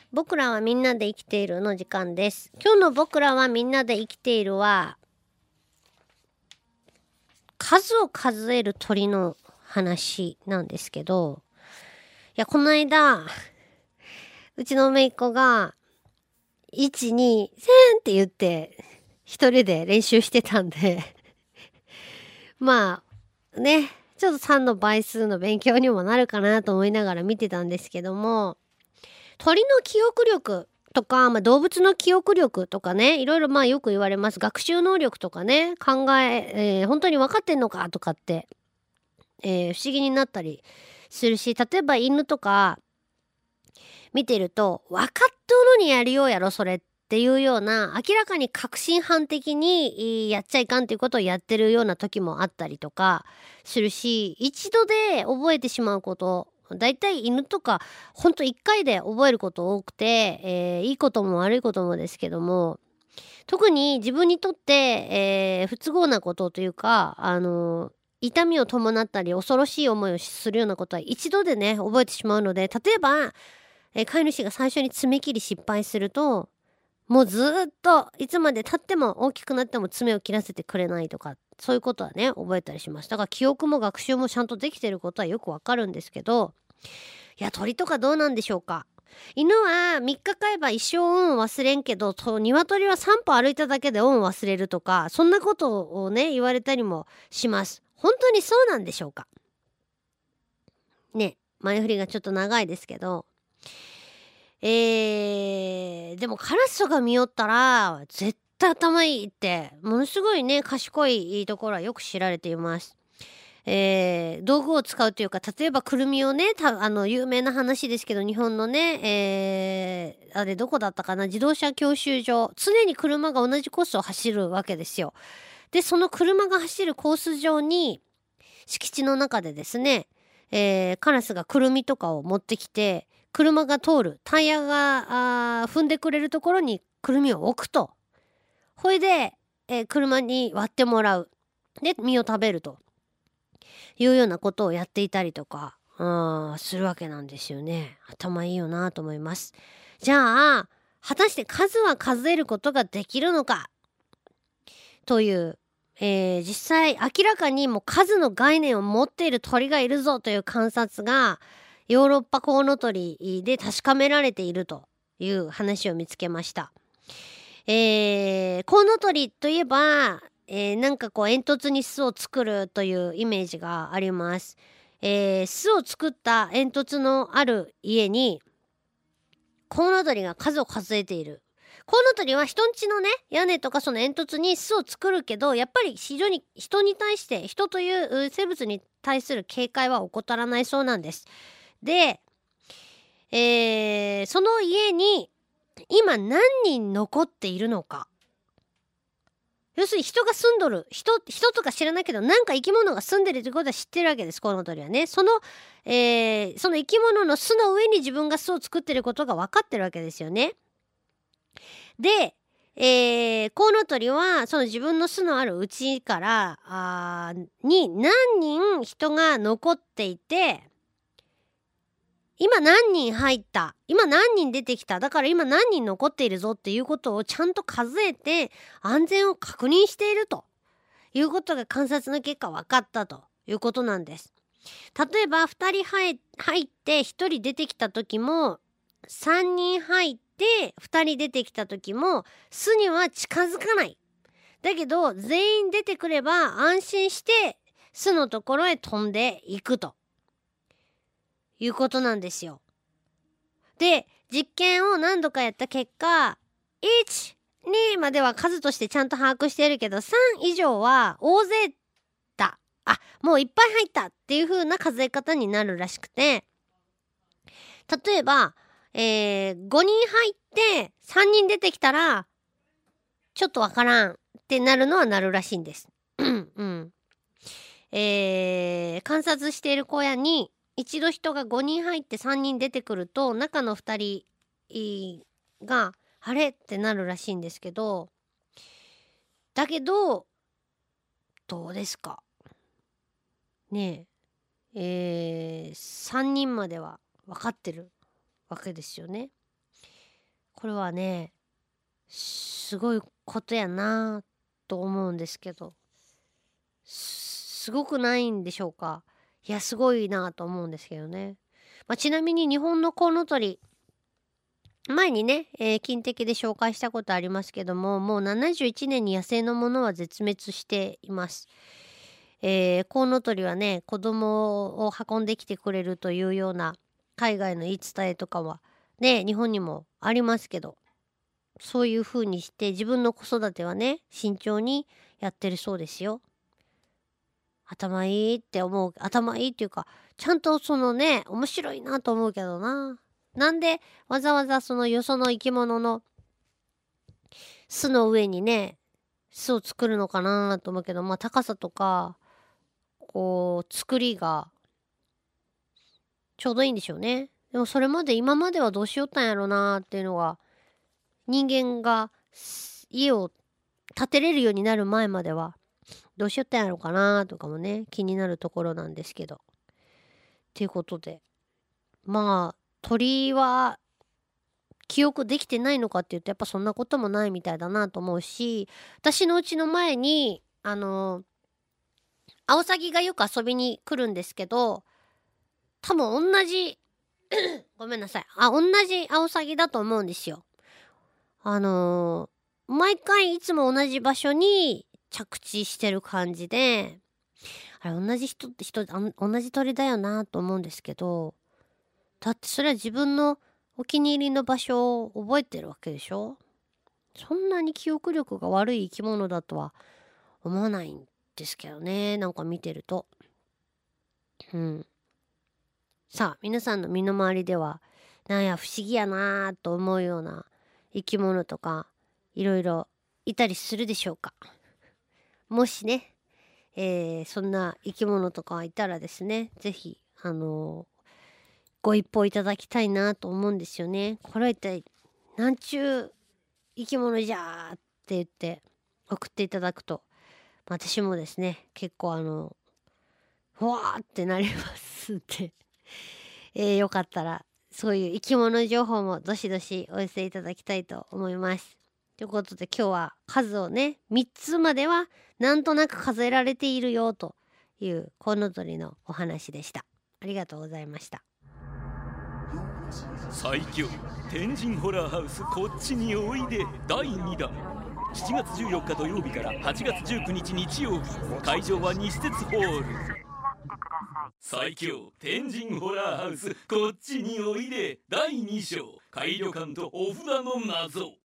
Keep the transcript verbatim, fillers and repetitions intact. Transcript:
僕らはみんなで生きているの時間です。今日の僕らはみんなで生きているは、数を数える鳥の話なんですけど、いや、この間、うちの姪っ子が、いち、に、せんって言って、一人で練習してたんでまあ、ね、ちょっとさんの倍数の勉強にもなるかなと思いながら見てたんですけども、鳥の記憶力とか、まあ、動物の記憶力とかね、いろいろまあよく言われます。学習能力とかね、考え、えー本当に分かってんのかとかって、えー不思議になったりするし、例えば犬とか見てると、分かっとるにやるようやろ、それっていうような、明らかに確信犯的にいやっちゃいかんということをやってるような時もあったりとかするし、一度で覚えてしまうこと、だいたい犬とかほんといっかいで覚えること多くて、えーいいことも悪いこともですけども、特に自分にとって、えー不都合なことというか、あの痛みを伴ったり恐ろしい思いをするようなことは一度でね覚えてしまうので、例えば、えー飼い主が最初に爪切り失敗すると、もうずーっといつまで経っても大きくなっても爪を切らせてくれないとか、そういうことはね覚えたりします。だから記憶も学習もちゃんとできてることはよくわかるんですけど、いや鳥とかどうなんでしょうか。犬はみっか飼えば一生恩を忘れんけど、と鶏はさん歩歩いただけで恩を忘れるとか、そんなことをね言われたりもします。本当にそうなんでしょうかね。前振りがちょっと長いですけど、えー、でもカラスとか見よったら絶対頭いいってものすごいね賢いところはよく知られています。えー、道具を使うというか、例えばくるみをね、たあの有名な話ですけど、日本のね、えー、あれどこだったかな、自動車教習所、常に車が同じコースを走るわけですよ。でその車が走るコース上に、敷地の中でですね、えーカラスがくるみとかを持ってきて、車が通るタイヤがあー踏んでくれるところにくるみを置くと。ほいで、えー車に割ってもらう。で実を食べるというようなことをやっていたりとか、あーするわけなんですよね。頭いいよなと思います。じゃあ果たして数は数えることができるのかという、えー実際明らかにもう数の概念を持っている鳥がいるぞという観察がヨーロッパコウノトリで確かめられているという話を見つけました。えー、コウノトリといえば、えーなんかこう煙突に巣を作るというイメージがあります。えー巣を作った煙突のある家にコウノトリが数を数えている。コウノトリは人んちのね屋根とかその煙突に巣を作るけど、やっぱり非常に人に対して人というう生物に対する警戒は怠らないそうなんです。で、えーその家に今何人残っているのか。要するに人が住んどる人人とか知らないけど、なんか生き物が住んでるということは知ってるわけです、コウノトリはね。その、えーその生き物の巣の上に自分が巣を作ってることが分かってるわけですよね。で、えーコウノトリはその自分の巣のあるうちからあーに何人人が残っていて、今何人入った、今何人出てきた、だから今何人残っているぞっていうことをちゃんと数えて安全を確認しているということが観察の結果分かったということなんです。例えばふたり入入ってひとり出てきた時も、さんにん入ってふたり出てきた時も巣には近づかない。だけど全員出てくれば安心して巣のところへ飛んでいくということなんですよ。で、実験を何度かやった結果、いち、にまでは数としてちゃんと把握しているけど、さん以上は大勢だ。あ、もういっぱい入ったっていう風な数え方になるらしくて、例えば、えー、ごにん入ってさんにん出てきたら、ちょっとわからんってなるのはなるらしいんです。うん。えー、観察している小屋に一度人がごにん入ってさんにん出てくると、中のふたりがあれってなるらしいんですけど、だけどどうですかねえ、えー、さんにんまでは分かってるわけですよね。 これはねすごいことやなと思うんですけど、すすごくないんでしょうか。いやすごいなと思うんですけどね。まあ、ちなみに日本のコウノトリ、前にね、えー金的で紹介したことありますけども、もうななじゅういちねんに野生のものは絶滅しています。えー、コウノトリはね、子供を運んできてくれるというような海外の言い伝えとかはね、日本にもありますけど、そういう風にして自分の子育てはね、慎重にやってるそうですよ。頭いいって思う、頭いいっていうか、ちゃんとそのね、面白いなと思うけどな。なんでわざわざそのよその生き物の巣の上にね、巣を作るのかなと思うけど、まあ高さとか、こう、作りがちょうどいいんでしょうね。でもそれまで今まではどうしよったんやろなっていうのが、人間がす家を建てれるようになる前まではどうしよったんやろかなとかもね、気になるところなんですけど。っていうことで、まあ鳥は記憶できてないのかっていうとやっぱそんなこともないみたいだなと思うし、私の家の前にあのアオサギがよく遊びに来るんですけど、多分同じごめんなさい。あ、同じアオサギだと思うんですよ。あのー毎回いつも同じ場所に着地してる感じで、あれ同じ人って人、あん同じ鳥だよなと思うんですけど、だってそれは自分のお気に入りの場所を覚えてるわけでしょ。そんなに記憶力が悪い生き物だとは思わないんですけどね。なんか見てると。うん。さあ、皆さんの身の回りでは、なんや不思議やなと思うような生き物とか、いろいろいたりするでしょうか。もしね、えーそんな生き物とかいたらですね、ぜひ、あのーご一報いただきたいなと思うんですよね。これは一体、なんちゅう生き物じゃーって言って送っていただくと、私もですね、結構あの、ふわーってなりますんで、えーよかったら、そういう生き物情報もどしどしお寄せいただきたいと思います。ということで今日は数をね、みっつまではなんとなく数えられているよというコウノトリのお話でした。ありがとうございました。 最強天神ホラーハウスこっちにおいでだいにだん、しちがつじゅうよっか土曜日からはちがつじゅうくにち日曜日、会場は西鉄ホール。最強天神ホラーハウスこっちにおいでだいに章、怪旅館とお札の謎。